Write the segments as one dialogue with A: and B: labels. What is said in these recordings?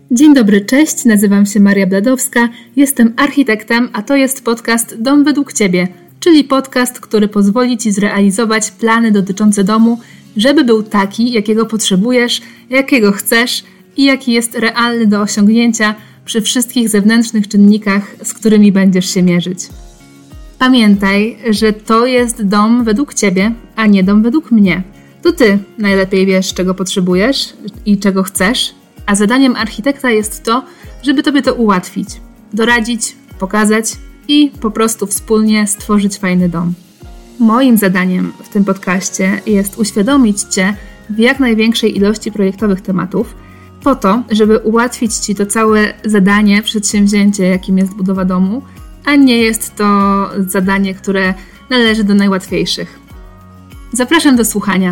A: Dzień dobry, cześć, nazywam się Maria Bladowska, jestem architektem, a to jest podcast Dom według Ciebie, czyli podcast, który pozwoli Ci zrealizować plany dotyczące domu, żeby był taki, jakiego potrzebujesz, jakiego chcesz i jaki jest realny do osiągnięcia przy wszystkich zewnętrznych czynnikach, z którymi będziesz się mierzyć. Pamiętaj, że to jest dom według Ciebie, a nie dom według mnie. To Ty najlepiej wiesz, czego potrzebujesz i czego chcesz, a zadaniem architekta jest to, żeby Tobie to ułatwić, doradzić, pokazać i po prostu wspólnie stworzyć fajny dom. Moim zadaniem w tym podcaście jest uświadomić Cię w jak największej ilości projektowych tematów, po to, żeby ułatwić Ci to całe zadanie, przedsięwzięcie, jakim jest budowa domu, a nie jest to zadanie, które należy do najłatwiejszych. Zapraszam do słuchania.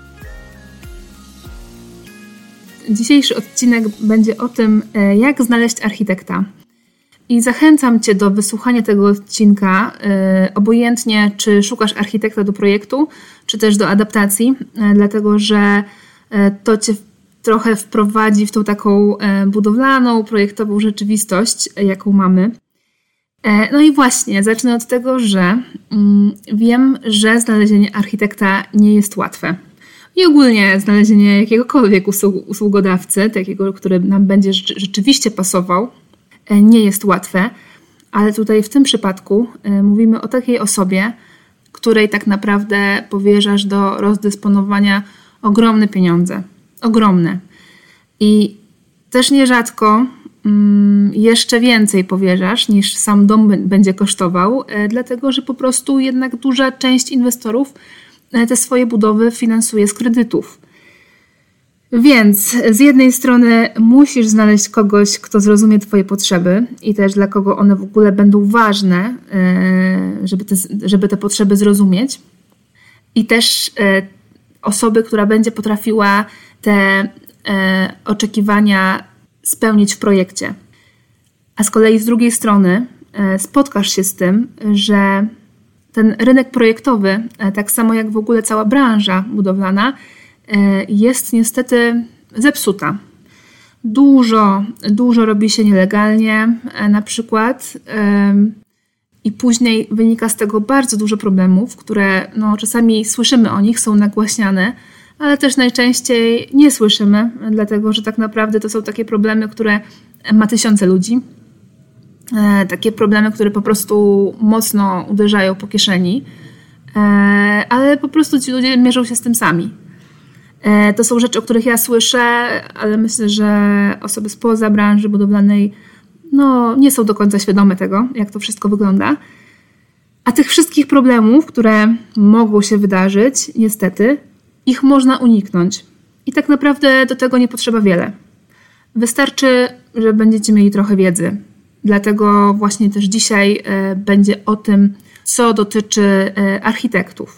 A: Dzisiejszy odcinek będzie o tym, jak znaleźć architekta. I zachęcam Cię do wysłuchania tego odcinka, obojętnie czy szukasz architekta do projektu, czy też do adaptacji, dlatego że to Cię trochę wprowadzi w tą taką budowlaną, projektową rzeczywistość, jaką mamy. No i właśnie, zacznę od tego, że wiem, że znalezienie architekta nie jest łatwe. I ogólnie znalezienie jakiegokolwiek usługodawcy, takiego, który nam będzie rzeczywiście pasował, nie jest łatwe. Ale tutaj w tym przypadku mówimy o takiej osobie, której tak naprawdę powierzasz do rozdysponowania ogromne pieniądze. Ogromne. I też nierzadko jeszcze więcej powierzasz niż sam dom będzie kosztował, dlatego że po prostu jednak duża część inwestorów te swoje budowy finansuje z kredytów. Więc z jednej strony musisz znaleźć kogoś, kto zrozumie Twoje potrzeby i też dla kogo one w ogóle będą ważne, żeby te potrzeby zrozumieć. I też osoby, która będzie potrafiła te oczekiwania spełnić w projekcie. A z kolei z drugiej strony spotkasz się z tym, że ten rynek projektowy, tak samo jak w ogóle cała branża budowlana, jest niestety zepsuta. Dużo robi się nielegalnie na przykład i później wynika z tego bardzo dużo problemów, które czasami słyszymy o nich, są nagłaśniane, ale też najczęściej nie słyszymy, dlatego że tak naprawdę to są takie problemy, które ma tysiące ludzi. Takie problemy, które po prostu mocno uderzają po kieszeni, ale po prostu ci ludzie mierzą się z tym sami. To są rzeczy, o których ja słyszę, ale myślę, że osoby spoza branży budowlanej nie są do końca świadome tego, jak to wszystko wygląda. A tych wszystkich problemów, które mogą się wydarzyć, niestety, ich można uniknąć. I tak naprawdę do tego nie potrzeba wiele. Wystarczy, że będziecie mieli trochę wiedzy. Dlatego właśnie też dzisiaj będzie o tym, co dotyczy architektów.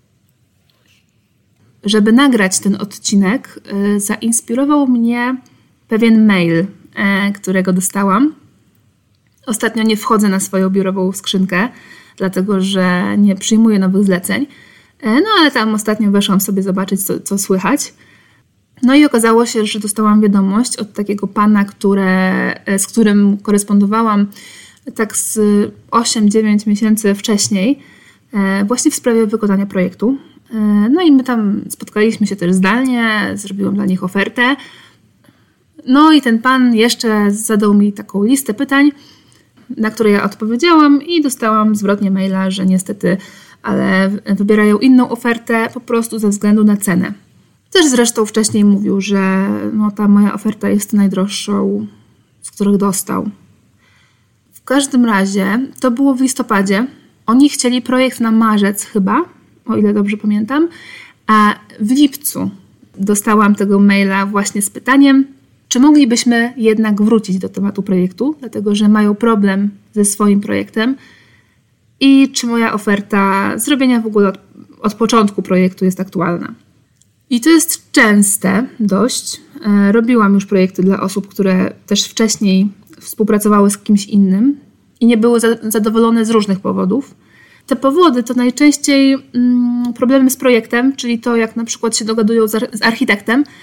A: Żeby nagrać ten odcinek, zainspirował mnie pewien mail, którego dostałam. Ostatnio nie wchodzę na swoją biurową skrzynkę, dlatego że nie przyjmuję nowych zleceń. Ale tam ostatnio weszłam sobie zobaczyć, co słychać. I okazało się, że dostałam wiadomość od takiego pana, z którym korespondowałam tak z 8-9 miesięcy wcześniej, właśnie w sprawie wykonania projektu. I my tam spotkaliśmy się też zdalnie, zrobiłam dla nich ofertę. I ten pan jeszcze zadał mi taką listę pytań, na które ja odpowiedziałam i dostałam zwrotnie maila, że niestety, ale wybierają inną ofertę po prostu ze względu na cenę. Też zresztą wcześniej mówił, że ta moja oferta jest najdroższą, z których dostał. W każdym razie to było w listopadzie. Oni chcieli projekt na marzec chyba, o ile dobrze pamiętam, a w lipcu dostałam tego maila właśnie z pytaniem, czy moglibyśmy jednak wrócić do tematu projektu, dlatego że mają problem ze swoim projektem i czy moja oferta zrobienia w ogóle od początku projektu jest aktualna. I to jest częste dość. Robiłam już projekty dla osób, które też wcześniej współpracowały z kimś innym i nie były zadowolone z różnych powodów. Te powody to najczęściej problemy z projektem, czyli to, jak na przykład się dogadują z architektem,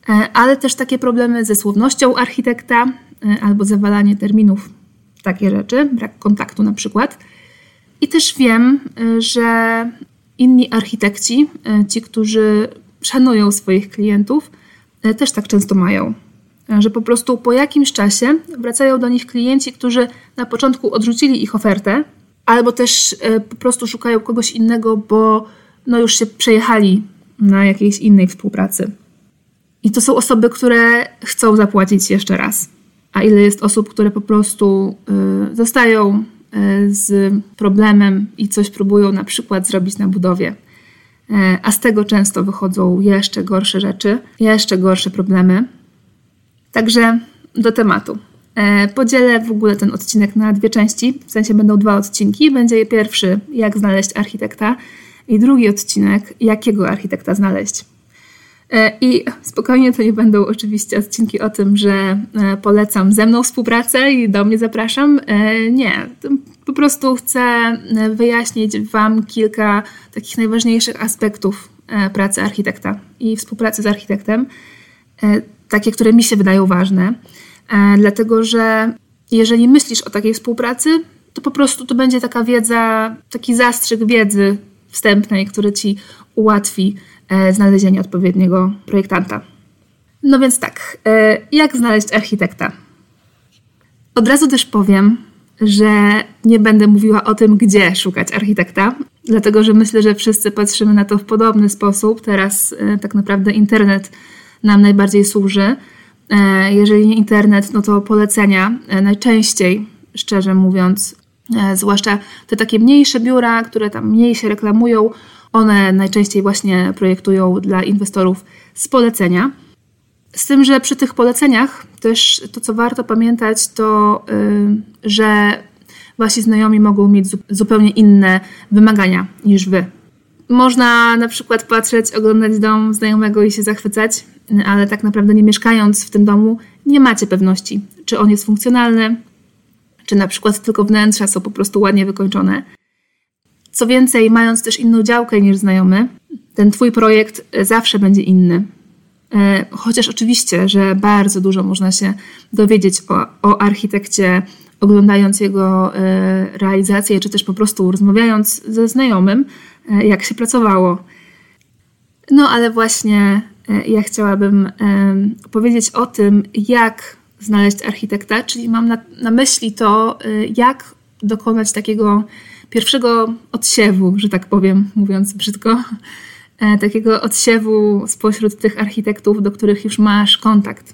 A: ale też takie problemy ze słownością architekta albo zawalanie terminów, takie rzeczy, brak kontaktu na przykład. I też wiem, że inni architekci, ci, którzy szanują swoich klientów, też tak często mają, że po prostu po jakimś czasie wracają do nich klienci, którzy na początku odrzucili ich ofertę, albo też po prostu szukają kogoś innego, bo już się przejechali na jakiejś innej współpracy. I to są osoby, które chcą zapłacić jeszcze raz. A ile jest osób, które po prostu zostają z problemem i coś próbują na przykład zrobić na budowie. A z tego często wychodzą jeszcze gorsze rzeczy, jeszcze gorsze problemy. Także do tematu. Podzielę w ogóle ten odcinek na 2 części, w sensie będą 2 odcinki. Będzie pierwszy, jak znaleźć architekta, i drugi odcinek, jakiego architekta znaleźć. I spokojnie to nie będą oczywiście odcinki o tym, że polecam ze mną współpracę i do mnie zapraszam. Nie, po prostu chcę wyjaśnić Wam kilka takich najważniejszych aspektów pracy architekta i współpracy z architektem, takie, które mi się wydają ważne, dlatego że jeżeli myślisz o takiej współpracy, to po prostu to będzie taka wiedza, taki zastrzyk wiedzy wstępnej, który Ci ułatwi znalezienie odpowiedniego projektanta. No więc tak, jak znaleźć architekta? Od razu też powiem, że nie będę mówiła o tym, gdzie szukać architekta, dlatego że myślę, że wszyscy patrzymy na to w podobny sposób. Teraz tak naprawdę internet nam najbardziej służy. Jeżeli nie internet, no to polecenia najczęściej, szczerze mówiąc, zwłaszcza te takie mniejsze biura, które tam mniej się reklamują, one najczęściej właśnie projektują dla inwestorów z polecenia. Z tym, że przy tych poleceniach też to, co warto pamiętać, to że wasi znajomi mogą mieć zupełnie inne wymagania niż wy. Można na przykład patrzeć, oglądać dom znajomego i się zachwycać, ale tak naprawdę nie mieszkając w tym domu nie macie pewności, czy on jest funkcjonalny, czy na przykład tylko wnętrza są po prostu ładnie wykończone. Co więcej, mając też inną działkę niż znajomy, ten twój projekt zawsze będzie inny. Chociaż oczywiście, że bardzo dużo można się dowiedzieć o architekcie, oglądając jego realizację, czy też po prostu rozmawiając ze znajomym, jak się pracowało. No ale właśnie ja chciałabym powiedzieć o tym, jak znaleźć architekta, czyli mam na myśli to, jak dokonać takiego pierwszego odsiewu, że tak powiem, mówiąc brzydko, takiego odsiewu spośród tych architektów, do których już masz kontakt.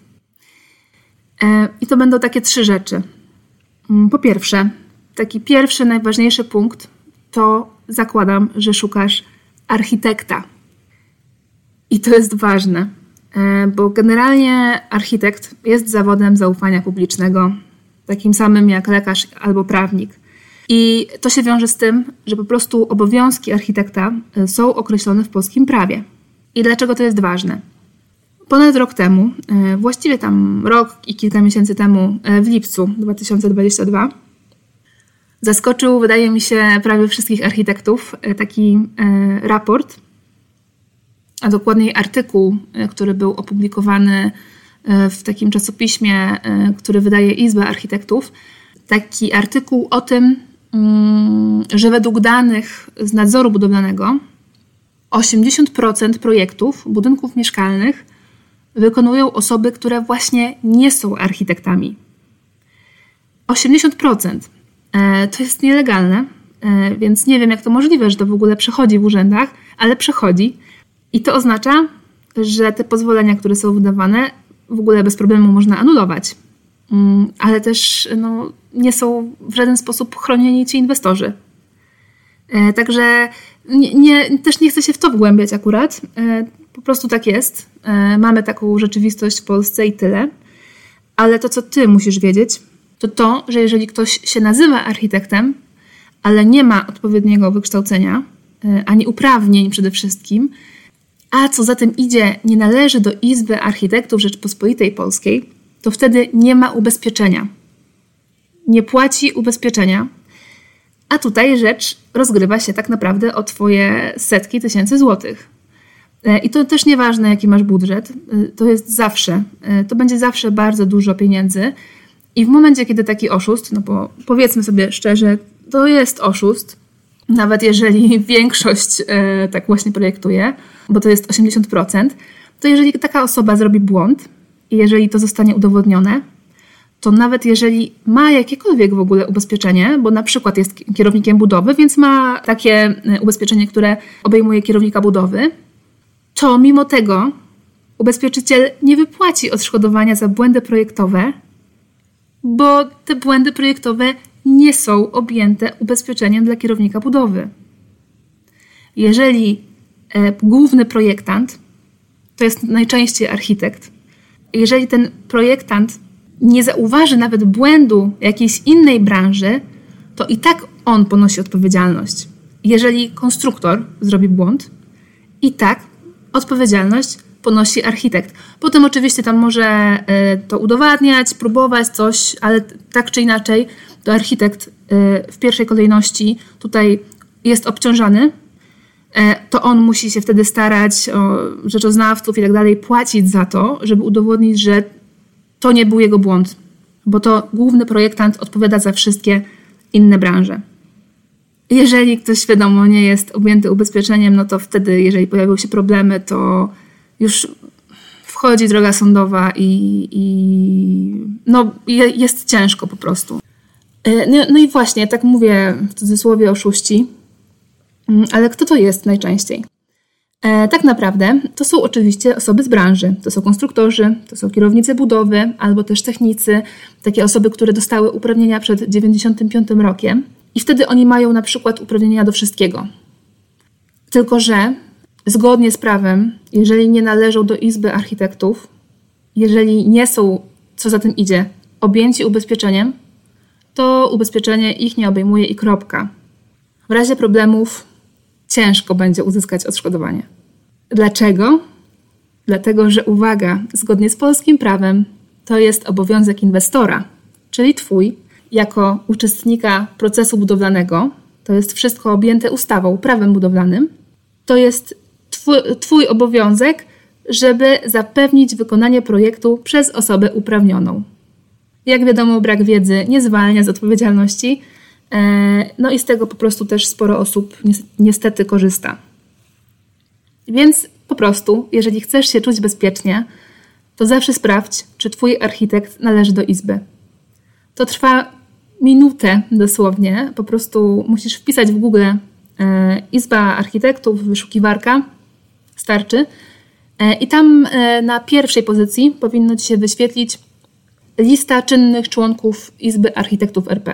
A: I to będą takie 3 rzeczy. Po pierwsze, taki pierwszy, najważniejszy punkt to zakładam, że szukasz architekta. I to jest ważne, bo generalnie architekt jest zawodem zaufania publicznego, takim samym jak lekarz albo prawnik. I to się wiąże z tym, że po prostu obowiązki architekta są określone w polskim prawie. I dlaczego to jest ważne? Ponad rok temu, właściwie tam rok i kilka miesięcy temu, w lipcu 2022, zaskoczył, wydaje mi się, prawie wszystkich architektów taki raport, a dokładniej artykuł, który był opublikowany w takim czasopiśmie, który wydaje Izba Architektów. Taki artykuł o tym, że według danych z nadzoru budowlanego 80% projektów budynków mieszkalnych wykonują osoby, które właśnie nie są architektami. 80%. To jest nielegalne, więc nie wiem, jak to możliwe, że to w ogóle przechodzi w urzędach, ale przechodzi. I to oznacza, że te pozwolenia, które są wydawane, w ogóle bez problemu można anulować. Ale też nie są w żaden sposób chronieni ci inwestorzy. Także też nie chcę się w to wgłębiać akurat. Po prostu tak jest. Mamy taką rzeczywistość w Polsce i tyle. Ale to, co ty musisz wiedzieć, to, że jeżeli ktoś się nazywa architektem, ale nie ma odpowiedniego wykształcenia, ani uprawnień przede wszystkim, a co za tym idzie, nie należy do Izby Architektów Rzeczypospolitej Polskiej, to wtedy nie ma ubezpieczenia. Nie płaci ubezpieczenia, a tutaj rzecz rozgrywa się tak naprawdę o twoje setki tysięcy złotych. I to też nieważne, jaki masz budżet, to będzie zawsze bardzo dużo pieniędzy. I w momencie, kiedy taki oszust, no bo powiedzmy sobie szczerze, to jest oszust, nawet jeżeli większość tak właśnie projektuje, bo to jest 80%, to jeżeli taka osoba zrobi błąd i jeżeli to zostanie udowodnione, to nawet jeżeli ma jakiekolwiek w ogóle ubezpieczenie, bo na przykład jest kierownikiem budowy, więc ma takie ubezpieczenie, które obejmuje kierownika budowy, to mimo tego ubezpieczyciel nie wypłaci odszkodowania za błędy projektowe, bo te błędy projektowe nie są objęte ubezpieczeniem dla kierownika budowy. Jeżeli główny projektant, to jest najczęściej architekt, jeżeli ten projektant nie zauważy nawet błędu jakiejś innej branży, to i tak on ponosi odpowiedzialność. Jeżeli konstruktor zrobi błąd, i tak odpowiedzialność ponosi architekt. Potem oczywiście tam może to udowadniać, próbować coś, ale tak czy inaczej to architekt w pierwszej kolejności tutaj jest obciążany. To on musi się wtedy starać o rzeczoznawców i tak dalej, płacić za to, żeby udowodnić, że to nie był jego błąd, bo to główny projektant odpowiada za wszystkie inne branże. Jeżeli ktoś wiadomo nie jest objęty ubezpieczeniem, no to wtedy, jeżeli pojawią się problemy, to już wchodzi droga sądowa i jest ciężko po prostu. No i właśnie, tak mówię w cudzysłowie oszuści, ale kto to jest najczęściej? Tak naprawdę to są oczywiście osoby z branży. To są konstruktorzy, to są kierownicy budowy albo też technicy, takie osoby, które dostały uprawnienia przed 1995 rokiem i wtedy oni mają na przykład uprawnienia do wszystkiego. Tylko że zgodnie z prawem, jeżeli nie należą do Izby Architektów, jeżeli nie są, co za tym idzie, objęci ubezpieczeniem, to ubezpieczenie ich nie obejmuje i kropka. W razie problemów ciężko będzie uzyskać odszkodowanie. Dlaczego? Dlatego, że uwaga, zgodnie z polskim prawem to jest obowiązek inwestora, czyli twój, jako uczestnika procesu budowlanego, to jest wszystko objęte ustawą, prawem budowlanym, to jest twój obowiązek, żeby zapewnić wykonanie projektu przez osobę uprawnioną. Jak wiadomo, brak wiedzy nie zwalnia z odpowiedzialności, no i z tego po prostu też sporo osób niestety korzysta. Więc po prostu, jeżeli chcesz się czuć bezpiecznie, to zawsze sprawdź, czy twój architekt należy do izby. To trwa minutę dosłownie, po prostu musisz wpisać w Google Izba Architektów, wyszukiwarka, starczy. I tam na pierwszej pozycji powinno ci się wyświetlić lista czynnych członków Izby Architektów RP.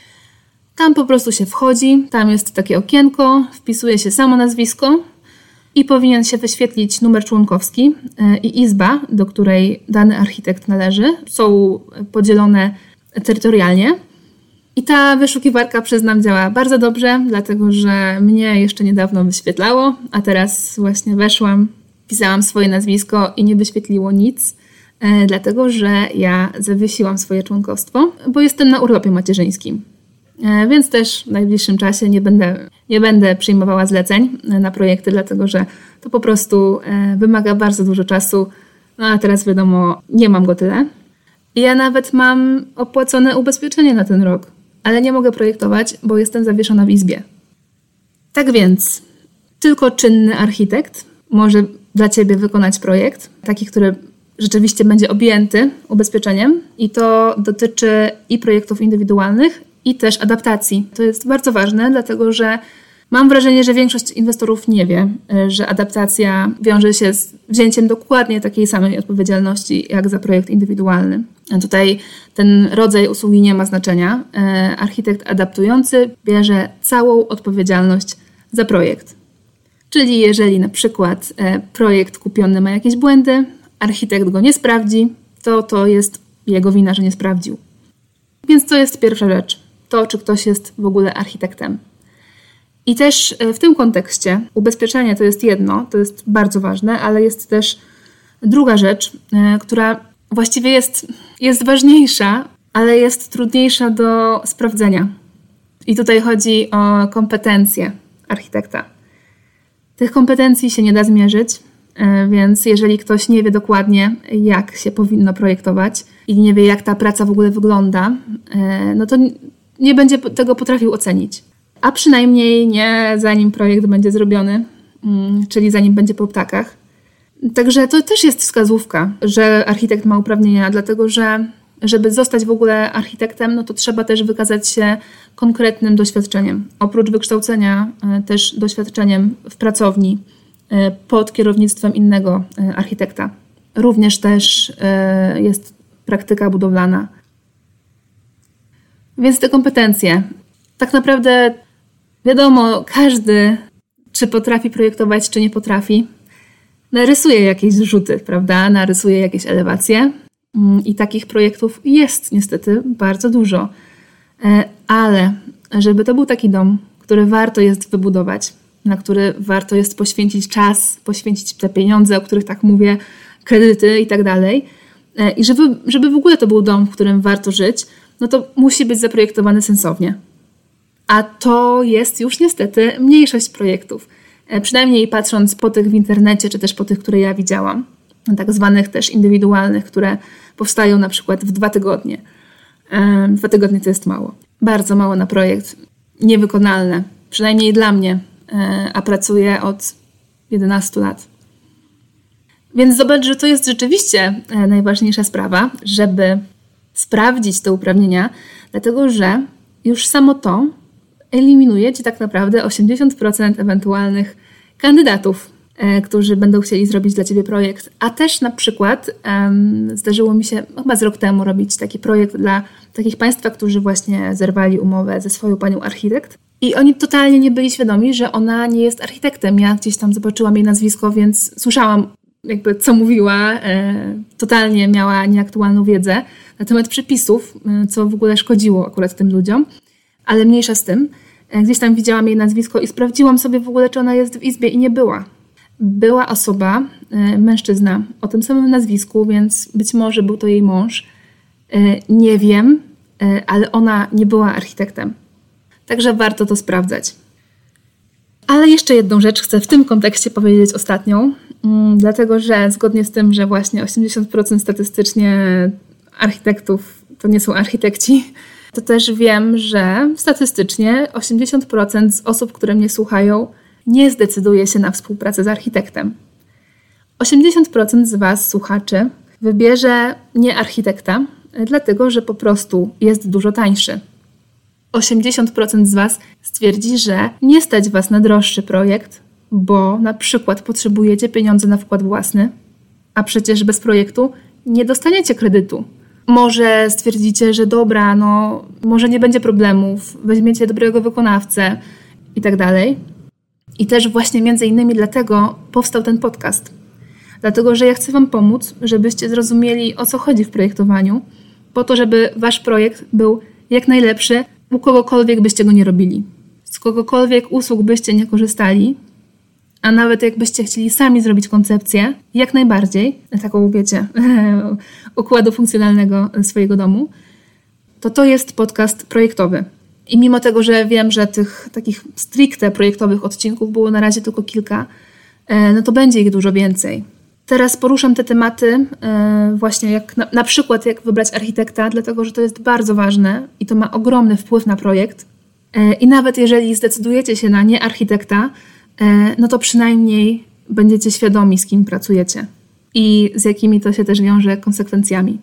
A: Tam po prostu się wchodzi, tam jest takie okienko, wpisuje się samo nazwisko i powinien się wyświetlić numer członkowski i izba, do której dany architekt należy. Są podzielone terytorialnie. I ta wyszukiwarka, przyznam, działa bardzo dobrze, dlatego że mnie jeszcze niedawno wyświetlało, a teraz właśnie weszłam, wpisałam swoje nazwisko i nie wyświetliło nic, dlatego że ja zawiesiłam swoje członkostwo, bo jestem na urlopie macierzyńskim. Więc też w najbliższym czasie nie będę przyjmowała zleceń na projekty, dlatego że to po prostu wymaga bardzo dużo czasu, no a teraz wiadomo, nie mam go tyle. Ja nawet mam opłacone ubezpieczenie na ten rok, ale nie mogę projektować, bo jestem zawieszona w izbie. Tak więc tylko czynny architekt może dla ciebie wykonać projekt, taki, który rzeczywiście będzie objęty ubezpieczeniem i to dotyczy i projektów indywidualnych, i też adaptacji. To jest bardzo ważne, dlatego że mam wrażenie, że większość inwestorów nie wie, że adaptacja wiąże się z wzięciem dokładnie takiej samej odpowiedzialności jak za projekt indywidualny. A tutaj ten rodzaj usługi nie ma znaczenia. Architekt adaptujący bierze całą odpowiedzialność za projekt. Czyli jeżeli na przykład projekt kupiony ma jakieś błędy, architekt go nie sprawdzi, to jest jego wina, że nie sprawdził. Więc to jest pierwsza rzecz. To, czy ktoś jest w ogóle architektem. I też w tym kontekście ubezpieczenie to jest jedno, to jest bardzo ważne, ale jest też druga rzecz, która właściwie jest ważniejsza, ale jest trudniejsza do sprawdzenia. I tutaj chodzi o kompetencje architekta. Tych kompetencji się nie da zmierzyć, Więc jeżeli ktoś nie wie dokładnie, jak się powinno projektować i nie wie, jak ta praca w ogóle wygląda, no to nie będzie tego potrafił ocenić. A przynajmniej nie zanim projekt będzie zrobiony, czyli zanim będzie po ptakach. Także to też jest wskazówka, że architekt ma uprawnienia, dlatego że żeby zostać w ogóle architektem, no to trzeba też wykazać się konkretnym doświadczeniem. Oprócz wykształcenia też doświadczeniem w pracowni pod kierownictwem innego architekta. Również też jest praktyka budowlana. Więc te kompetencje. Tak naprawdę wiadomo, każdy czy potrafi projektować, czy nie potrafi. Narysuje jakieś zrzuty, prawda? Narysuje jakieś elewacje. I takich projektów jest niestety bardzo dużo. Ale żeby to był taki dom, który warto jest wybudować, na który warto jest poświęcić czas, poświęcić te pieniądze, o których tak mówię, kredyty i tak dalej. I żeby w ogóle to był dom, w którym warto żyć, no to musi być zaprojektowany sensownie. A to jest już niestety mniejszość projektów. Przynajmniej patrząc po tych w internecie, czy też po tych, które ja widziałam. Tak zwanych też indywidualnych, które powstają na przykład w 2 tygodnie. 2 tygodnie to jest mało. Bardzo mało na projekt. Niewykonalne. Przynajmniej dla mnie. A pracuję od 11 lat. Więc zobacz, że to jest rzeczywiście najważniejsza sprawa, żeby sprawdzić te uprawnienia, dlatego że już samo to eliminuje Ci tak naprawdę 80% ewentualnych kandydatów, którzy będą chcieli zrobić dla Ciebie projekt. A też na przykład zdarzyło mi się chyba z rok temu robić taki projekt dla takich państwa, którzy właśnie zerwali umowę ze swoją panią architekt. I oni totalnie nie byli świadomi, że ona nie jest architektem. Ja gdzieś tam zobaczyłam jej nazwisko, więc słyszałam jakby co mówiła. Totalnie miała nieaktualną wiedzę na temat przepisów, co w ogóle szkodziło akurat tym ludziom. Ale mniejsza z tym. Gdzieś tam widziałam jej nazwisko i sprawdziłam sobie w ogóle, czy ona jest w izbie i nie była. Była osoba, mężczyzna o tym samym nazwisku, więc być może był to jej mąż. Nie wiem, ale ona nie była architektem. Także warto to sprawdzać. Ale jeszcze jedną rzecz chcę w tym kontekście powiedzieć ostatnią, dlatego że zgodnie z tym, że właśnie 80% statystycznie architektów to nie są architekci, to też wiem, że statystycznie 80% z osób, które mnie słuchają, nie zdecyduje się na współpracę z architektem. 80% z Was, słuchaczy, wybierze nie architekta, dlatego że po prostu jest dużo tańszy. 80% z Was stwierdzi, że nie stać Was na droższy projekt, bo na przykład potrzebujecie pieniądze na wkład własny, a przecież bez projektu nie dostaniecie kredytu. Może stwierdzicie, że dobra, no może nie będzie problemów, weźmiecie dobrego wykonawcę i tak dalej. I też właśnie między innymi dlatego powstał ten podcast. Dlatego, że ja chcę Wam pomóc, żebyście zrozumieli, o co chodzi w projektowaniu, po to, żeby Wasz projekt był jak najlepszy, u kogokolwiek byście go nie robili. Z kogokolwiek usług byście nie korzystali, a nawet jakbyście chcieli sami zrobić koncepcję, jak najbardziej, taką wiecie, układu funkcjonalnego swojego domu, to jest podcast projektowy. I mimo tego, że wiem, że tych takich stricte projektowych odcinków było na razie tylko kilka, no to będzie ich dużo więcej. Teraz poruszam te tematy właśnie jak na przykład jak wybrać architekta, dlatego że to jest bardzo ważne i to ma ogromny wpływ na projekt. I nawet jeżeli zdecydujecie się na nie architekta, no to przynajmniej będziecie świadomi, z kim pracujecie i z jakimi to się też wiąże konsekwencjami.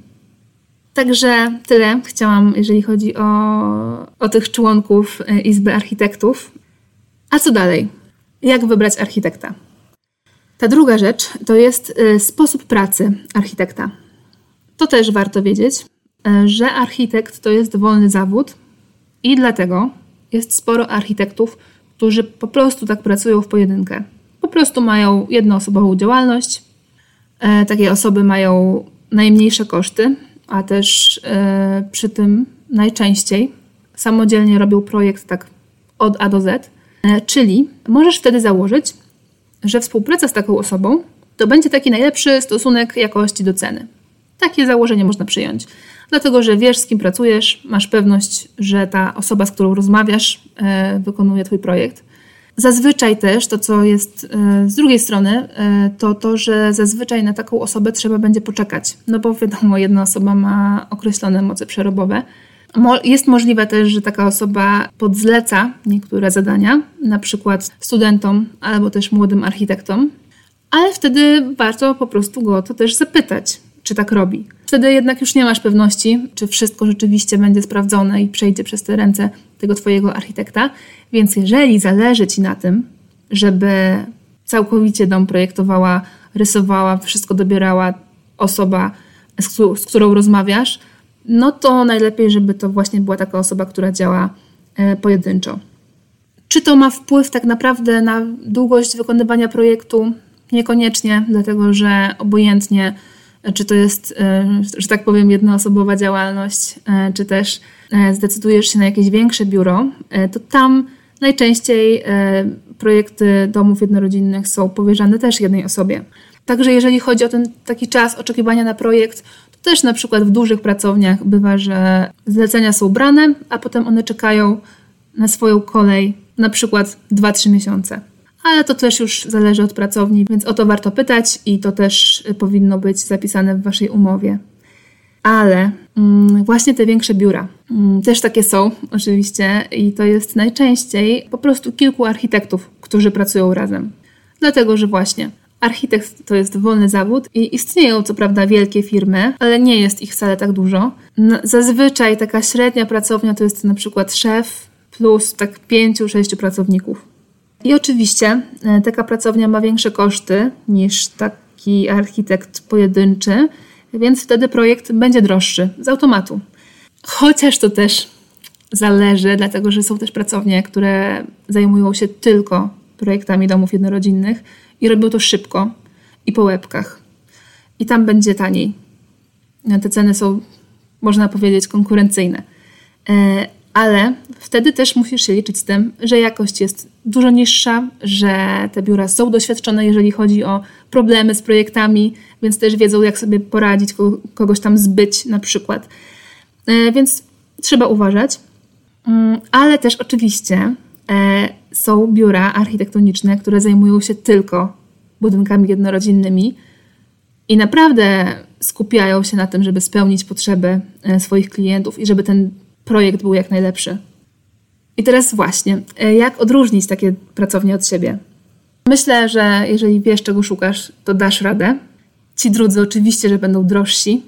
A: Także tyle chciałam, jeżeli chodzi o tych członków Izby Architektów. A co dalej? Jak wybrać architekta? Ta druga rzecz to jest sposób pracy architekta. To też warto wiedzieć, że architekt to jest wolny zawód i dlatego jest sporo architektów, którzy po prostu tak pracują w pojedynkę. Po prostu mają jednoosobową działalność. Takie osoby mają najmniejsze koszty, a też przy tym najczęściej samodzielnie robią projekt tak od A do Z. Czyli możesz wtedy założyć, że współpraca z taką osobą to będzie taki najlepszy stosunek jakości do ceny. Takie założenie można przyjąć. Dlatego, że wiesz, z kim pracujesz, masz pewność, że ta osoba, z którą rozmawiasz, wykonuje Twój projekt. Zazwyczaj też to, co jest z drugiej strony, to, że zazwyczaj na taką osobę trzeba będzie poczekać. No bo wiadomo, jedna osoba ma określone moce przerobowe. Jest możliwe też, że taka osoba podzleca niektóre zadania, na przykład studentom albo też młodym architektom, ale wtedy warto po prostu go o to też zapytać, czy tak robi. Wtedy jednak już nie masz pewności, czy wszystko rzeczywiście będzie sprawdzone i przejdzie przez te ręce tego twojego architekta. Więc jeżeli zależy ci na tym, żeby całkowicie dom projektowała, rysowała, wszystko dobierała osoba, z którą rozmawiasz, no to najlepiej, żeby to właśnie była taka osoba, która działa pojedynczo. Czy to ma wpływ tak naprawdę na długość wykonywania projektu? Niekoniecznie, dlatego że obojętnie, czy to jest, że tak powiem, jednoosobowa działalność, czy też zdecydujesz się na jakieś większe biuro, to tam najczęściej projekty domów jednorodzinnych są powierzane też jednej osobie. Także jeżeli chodzi o ten taki czas oczekiwania na projekt, to też na przykład w dużych pracowniach bywa, że zlecenia są brane, a potem one czekają na swoją kolej na przykład 2-3 miesiące. Ale to też już zależy od pracowni, więc o to warto pytać i to też powinno być zapisane w waszej umowie. Ale właśnie te większe biura, też takie są oczywiście i to jest najczęściej po prostu kilku architektów, którzy pracują razem. Dlatego, że właśnie architekt to jest wolny zawód i istnieją co prawda wielkie firmy, ale nie jest ich wcale tak dużo. Zazwyczaj taka średnia pracownia to jest na przykład szef plus tak 5-6 pracowników. I oczywiście taka pracownia ma większe koszty niż taki architekt pojedynczy, więc wtedy projekt będzie droższy z automatu. Chociaż to też zależy, dlatego że są też pracownie, które zajmują się tylko projektami domów jednorodzinnych i robią to szybko i po łebkach. I tam będzie taniej. Te ceny są, można powiedzieć, konkurencyjne. Ale wtedy też musisz się liczyć z tym, że jakość jest dużo niższa, że te biura są doświadczone, jeżeli chodzi o problemy z projektami, więc też wiedzą, jak sobie poradzić, kogoś tam zbyć na przykład. Więc trzeba uważać. Ale też oczywiście są biura architektoniczne, które zajmują się tylko budynkami jednorodzinnymi i naprawdę skupiają się na tym, żeby spełnić potrzeby swoich klientów i żeby ten projekt był jak najlepszy. I teraz właśnie, jak odróżnić takie pracownie od siebie? Myślę, że jeżeli wiesz, czego szukasz, to dasz radę. Ci drudzy oczywiście, że będą drożsi,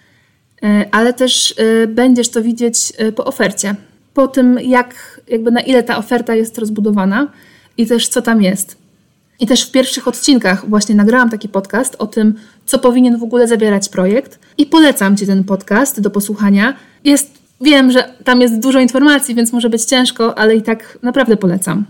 A: ale też będziesz to widzieć po ofercie. Po tym, na ile ta oferta jest rozbudowana i też co tam jest. I też w pierwszych odcinkach właśnie nagrałam taki podcast o tym, co powinien w ogóle zawierać projekt i polecam Ci ten podcast do posłuchania. Wiem, że tam jest dużo informacji, więc może być ciężko, ale i tak naprawdę polecam.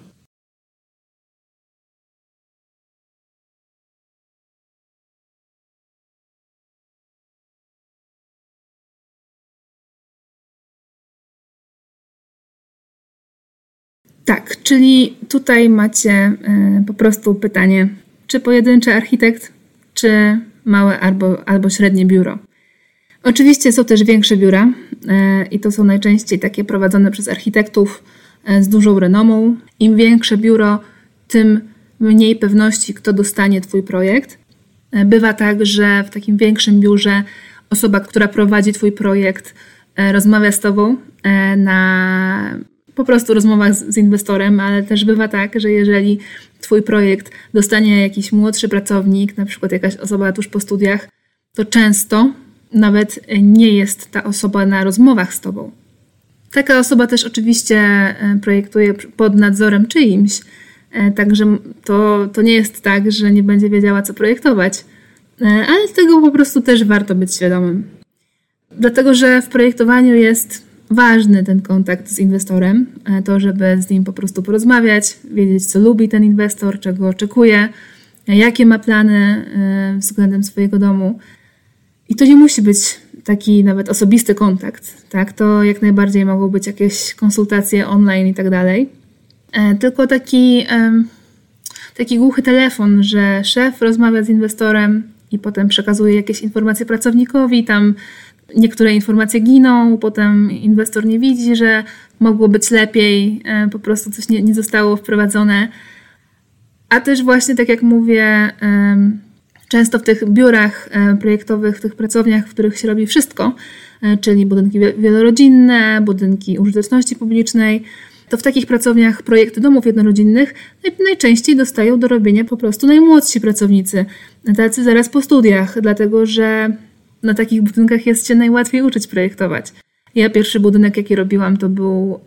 A: Tak, czyli tutaj macie po prostu pytanie, czy pojedynczy architekt, czy małe albo średnie biuro. Oczywiście są też większe biura i to są najczęściej takie prowadzone przez architektów z dużą renomą. Im większe biuro, tym mniej pewności, kto dostanie Twój projekt. Bywa tak, że w takim większym biurze osoba, która prowadzi Twój projekt, rozmawia z Tobą na po prostu rozmowach z inwestorem, ale też bywa tak, że jeżeli Twój projekt dostanie jakiś młodszy pracownik, na przykład jakaś osoba tuż po studiach, to często nawet nie jest ta osoba na rozmowach z Tobą. Taka osoba też oczywiście projektuje pod nadzorem czyimś, także to nie jest tak, że nie będzie wiedziała, co projektować, ale z tego po prostu też warto być świadomym. Dlatego, że w projektowaniu jest ważny ten kontakt z inwestorem, to żeby z nim po prostu porozmawiać, wiedzieć, co lubi ten inwestor, czego oczekuje, jakie ma plany względem swojego domu. I to nie musi być taki nawet osobisty kontakt, tak? To jak najbardziej mogą być jakieś konsultacje online i tak dalej. Tylko taki głuchy telefon, że szef rozmawia z inwestorem i potem przekazuje jakieś informacje pracownikowi, tam niektóre informacje giną, potem inwestor nie widzi, że mogło być lepiej, po prostu coś nie zostało wprowadzone. A też właśnie, tak jak mówię, często w tych biurach projektowych, w tych pracowniach, w których się robi wszystko, czyli budynki wielorodzinne, budynki użyteczności publicznej, to w takich pracowniach projekty domów jednorodzinnych najczęściej dostają do robienia po prostu najmłodsi pracownicy, tacy zaraz po studiach, dlatego że na takich budynkach jest się najłatwiej uczyć projektować. Ja pierwszy budynek, jaki robiłam, to był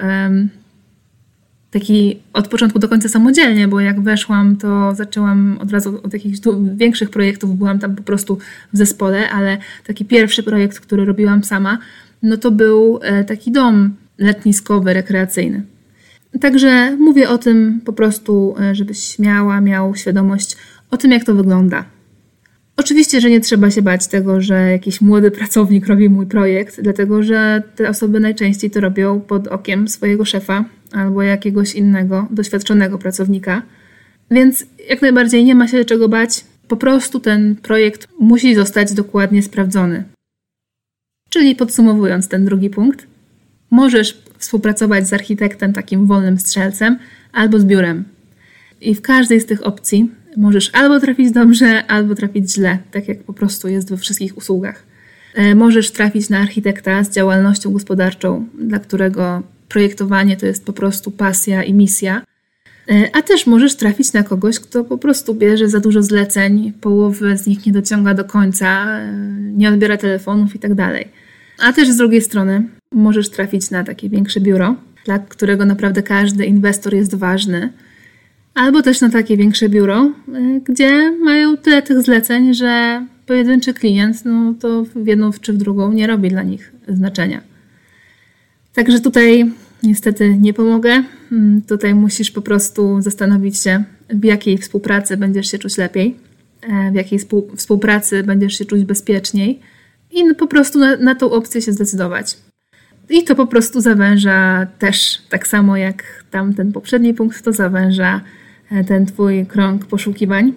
A: taki od początku do końca samodzielnie, bo jak weszłam, to zaczęłam od razu od jakichś większych projektów, byłam tam po prostu w zespole, ale taki pierwszy projekt, który robiłam sama, no to był taki dom letniskowy, rekreacyjny. Także mówię o tym po prostu, żebyś miał świadomość o tym, jak to wygląda. Oczywiście, że nie trzeba się bać tego, że jakiś młody pracownik robi mój projekt, dlatego że te osoby najczęściej to robią pod okiem swojego szefa albo jakiegoś innego, doświadczonego pracownika. Więc jak najbardziej nie ma się czego bać. Po prostu ten projekt musi zostać dokładnie sprawdzony. Czyli podsumowując ten drugi punkt, możesz współpracować z architektem takim wolnym strzelcem albo z biurem. I w każdej z tych opcji możesz albo trafić dobrze, albo trafić źle, tak jak po prostu jest we wszystkich usługach. Możesz trafić na architekta z działalnością gospodarczą, dla którego projektowanie to jest po prostu pasja i misja, a też możesz trafić na kogoś, kto po prostu bierze za dużo zleceń, połowy z nich nie dociąga do końca, nie odbiera telefonów i tak dalej. A też z drugiej strony możesz trafić na takie większe biuro, dla którego naprawdę każdy inwestor jest ważny, albo też na takie większe biuro, gdzie mają tyle tych zleceń, że pojedynczy klient, no to w jedną czy w drugą nie robi dla nich znaczenia. Także tutaj niestety nie pomogę. Tutaj musisz po prostu zastanowić się, w jakiej współpracy będziesz się czuć lepiej, w jakiej współpracy będziesz się czuć bezpieczniej i po prostu na tą opcję się zdecydować. I to po prostu zawęża też, tak samo jak tamten poprzedni punkt, to zawęża ten twój krąg poszukiwań.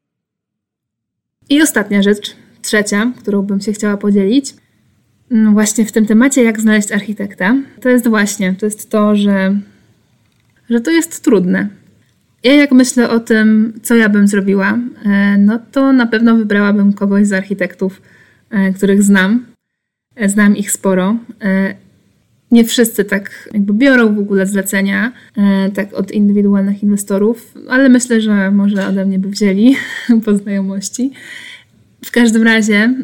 A: I ostatnia rzecz, trzecia, którą bym się chciała podzielić, właśnie w tym temacie, jak znaleźć architekta, to jest to, że to jest trudne. Ja jak myślę o tym, co ja bym zrobiła, no to na pewno wybrałabym kogoś z architektów, których znam. Znam ich sporo. Nie wszyscy tak jakby biorą w ogóle zlecenia tak od indywidualnych inwestorów, ale myślę, że może ode mnie by wzięli po znajomości. W każdym razie,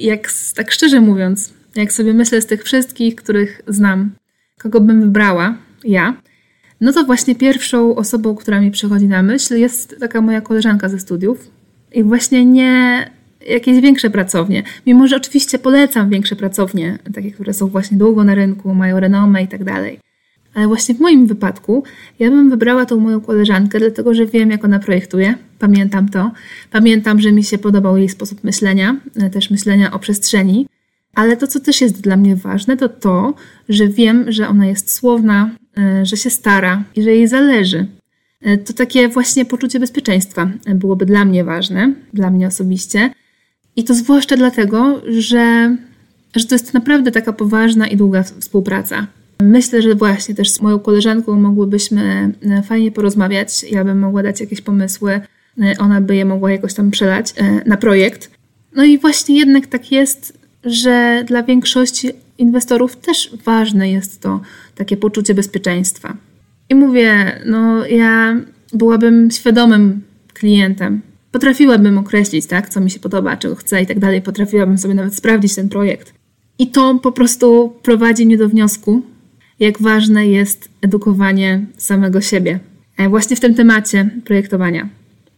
A: tak szczerze mówiąc, jak sobie myślę z tych wszystkich, których znam, kogo bym wybrała, ja, no to właśnie pierwszą osobą, która mi przychodzi na myśl, jest taka moja koleżanka ze studiów. I właśnie nie jakieś większe pracownie. Mimo że oczywiście polecam większe pracownie, takie, które są właśnie długo na rynku, mają renomę i tak dalej. Ale właśnie w moim wypadku ja bym wybrała tą moją koleżankę, dlatego że wiem, jak ona projektuje. Pamiętam to. Pamiętam, że mi się podobał jej sposób myślenia, też myślenia o przestrzeni. Ale to, co też jest dla mnie ważne, to, że wiem, że ona jest słowna, że się stara i że jej zależy. To takie właśnie poczucie bezpieczeństwa byłoby dla mnie ważne, dla mnie osobiście. I to zwłaszcza dlatego, że to jest naprawdę taka poważna i długa współpraca. Myślę, że właśnie też z moją koleżanką mogłybyśmy fajnie porozmawiać. Ja bym mogła dać jakieś pomysły, ona by je mogła jakoś tam przelać na projekt. No i właśnie jednak tak jest, że dla większości inwestorów też ważne jest to takie poczucie bezpieczeństwa. I mówię, no ja byłabym świadomym klientem. Potrafiłabym określić, tak, co mi się podoba, czego chcę i tak dalej. Potrafiłabym sobie nawet sprawdzić ten projekt. I to po prostu prowadzi mnie do wniosku, jak ważne jest edukowanie samego siebie. Właśnie w tym temacie projektowania.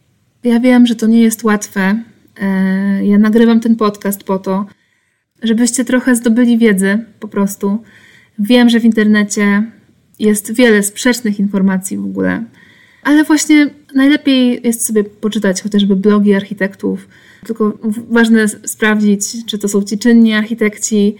A: Ja wiem, że to nie jest łatwe. Ja nagrywam ten podcast po to, żebyście trochę zdobyli wiedzy po prostu. Wiem, że w internecie jest wiele sprzecznych informacji w ogóle, ale właśnie najlepiej jest sobie poczytać chociażby blogi architektów. Tylko ważne sprawdzić, czy to są ci czynni architekci,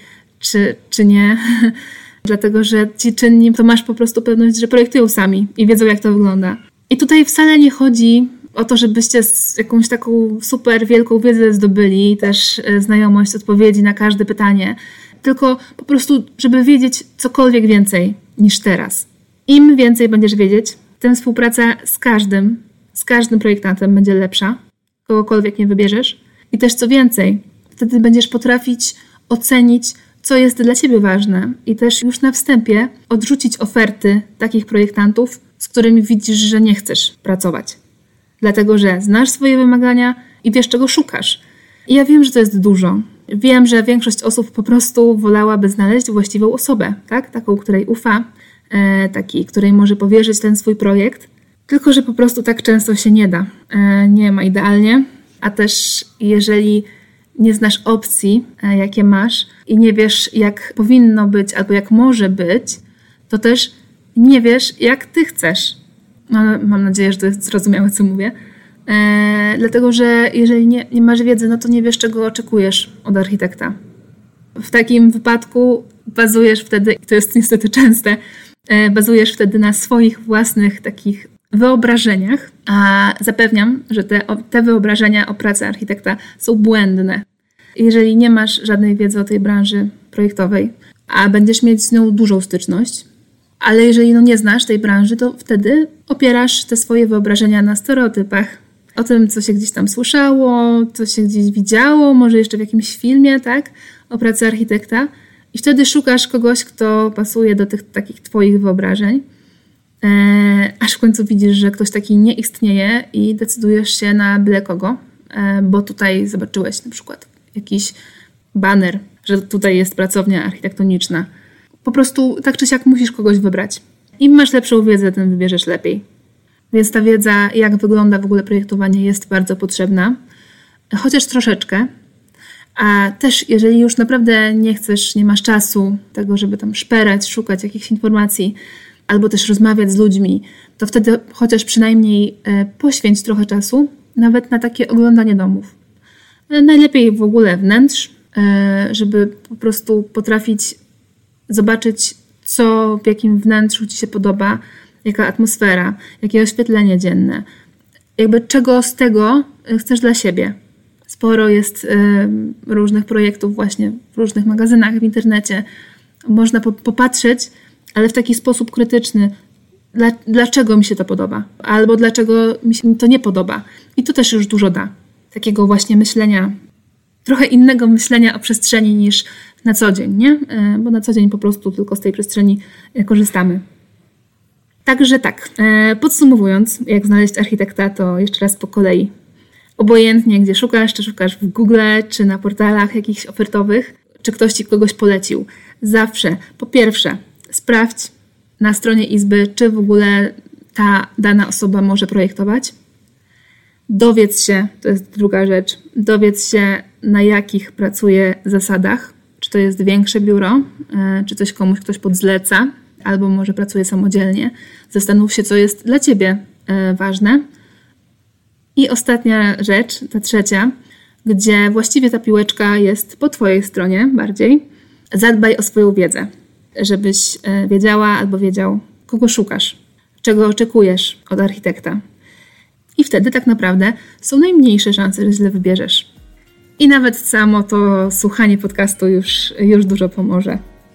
A: czy nie. Dlatego, że ci czynni to masz po prostu pewność, że projektują sami i wiedzą, jak to wygląda. I tutaj wcale nie chodzi o to, żebyście jakąś taką super wielką wiedzę zdobyli, też znajomość odpowiedzi na każde pytanie. Tylko po prostu, żeby wiedzieć cokolwiek więcej niż teraz. Im więcej będziesz wiedzieć, tym współpraca z każdym projektantem będzie lepsza, kogokolwiek nie wybierzesz. I też co więcej, wtedy będziesz potrafić ocenić, co jest dla ciebie ważne i też już na wstępie odrzucić oferty takich projektantów, z którymi widzisz, że nie chcesz pracować. Dlatego, że znasz swoje wymagania i wiesz, czego szukasz. I ja wiem, że to jest dużo. Wiem, że większość osób po prostu wolałaby znaleźć właściwą osobę, tak? Taką, której ufa, takiej, której może powierzyć ten swój projekt. Tylko, że po prostu tak często się nie da. Nie ma idealnie, a też jeżeli nie znasz opcji, jakie masz i nie wiesz, jak powinno być albo jak może być, to też nie wiesz, jak ty chcesz. Mam nadzieję, że to jest zrozumiałe, co mówię. Dlatego, że jeżeli nie masz wiedzy, no to nie wiesz, czego oczekujesz od architekta. W takim wypadku bazujesz wtedy, i to jest niestety częste, bazujesz wtedy na swoich własnych takich wyobrażeniach, a zapewniam, że te wyobrażenia o pracy architekta są błędne. Jeżeli nie masz żadnej wiedzy o tej branży projektowej, a będziesz mieć z nią dużą styczność, ale jeżeli nie znasz tej branży, to wtedy opierasz te swoje wyobrażenia na stereotypach, o tym, co się gdzieś tam słyszało, co się gdzieś widziało, może jeszcze w jakimś filmie, tak, o pracy architekta i wtedy szukasz kogoś, kto pasuje do tych takich twoich wyobrażeń, aż w końcu widzisz, że ktoś taki nie istnieje i decydujesz się na byle kogo, bo tutaj zobaczyłeś na przykład jakiś baner, że tutaj jest pracownia architektoniczna. Po prostu tak czy siak musisz kogoś wybrać. Im masz lepszą wiedzę, tym wybierzesz lepiej. Więc ta wiedza, jak wygląda w ogóle projektowanie, jest bardzo potrzebna. Chociaż troszeczkę. A też jeżeli już naprawdę nie chcesz, nie masz czasu tego, żeby tam szperać, szukać jakichś informacji, albo też rozmawiać z ludźmi, to wtedy chociaż przynajmniej poświęć trochę czasu nawet na takie oglądanie domów. Najlepiej w ogóle wnętrz, żeby po prostu potrafić zobaczyć, co w jakim wnętrzu ci się podoba, jaka atmosfera, jakie oświetlenie dzienne. Jakby czego z tego chcesz dla siebie. Sporo jest różnych projektów właśnie w różnych magazynach, w internecie. Można popatrzeć, ale w taki sposób krytyczny, dlaczego mi się to podoba, albo dlaczego mi się to nie podoba. I to też już dużo da. Takiego właśnie myślenia, trochę innego myślenia o przestrzeni niż na co dzień, nie? Bo na co dzień po prostu tylko z tej przestrzeni korzystamy. Także tak, podsumowując, jak znaleźć architekta, to jeszcze raz po kolei. Obojętnie, gdzie szukasz, czy szukasz w Google, czy na portalach jakichś ofertowych, czy ktoś ci kogoś polecił. Zawsze, po pierwsze, sprawdź na stronie izby, czy w ogóle ta dana osoba może projektować. Dowiedz się, to jest druga rzecz, dowiedz się, na jakich pracuje zasadach. Czy to jest większe biuro, czy coś komuś ktoś podzleca, albo może pracuje samodzielnie. Zastanów się, co jest dla ciebie ważne. I ostatnia rzecz, ta trzecia, gdzie właściwie ta piłeczka jest po twojej stronie bardziej. Zadbaj o swoją wiedzę, żebyś wiedziała albo wiedział, kogo szukasz, czego oczekujesz od architekta. I wtedy tak naprawdę są najmniejsze szanse, że źle wybierzesz. I nawet samo to słuchanie podcastu już dużo pomoże.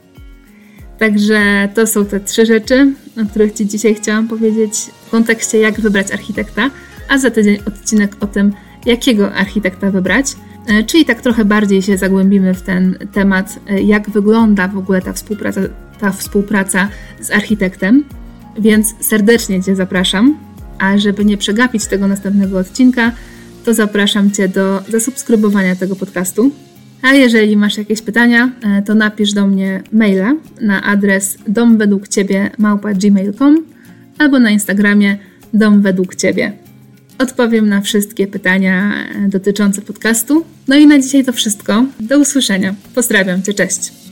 A: Także to są te 3 rzeczy, o których ci dzisiaj chciałam powiedzieć w kontekście, jak wybrać architekta, a za tydzień odcinek o tym, jakiego architekta wybrać. Czyli tak trochę bardziej się zagłębimy w ten temat, jak wygląda w ogóle ta współpraca z architektem. Więc serdecznie cię zapraszam, a żeby nie przegapić tego następnego odcinka, to zapraszam cię do zasubskrybowania tego podcastu. A jeżeli masz jakieś pytania, to napisz do mnie maila na adres domwedługciebie@gmail.com albo na Instagramie domwedługciebie. Odpowiem na wszystkie pytania dotyczące podcastu. No i na dzisiaj to wszystko. Do usłyszenia. Pozdrawiam cię, cześć.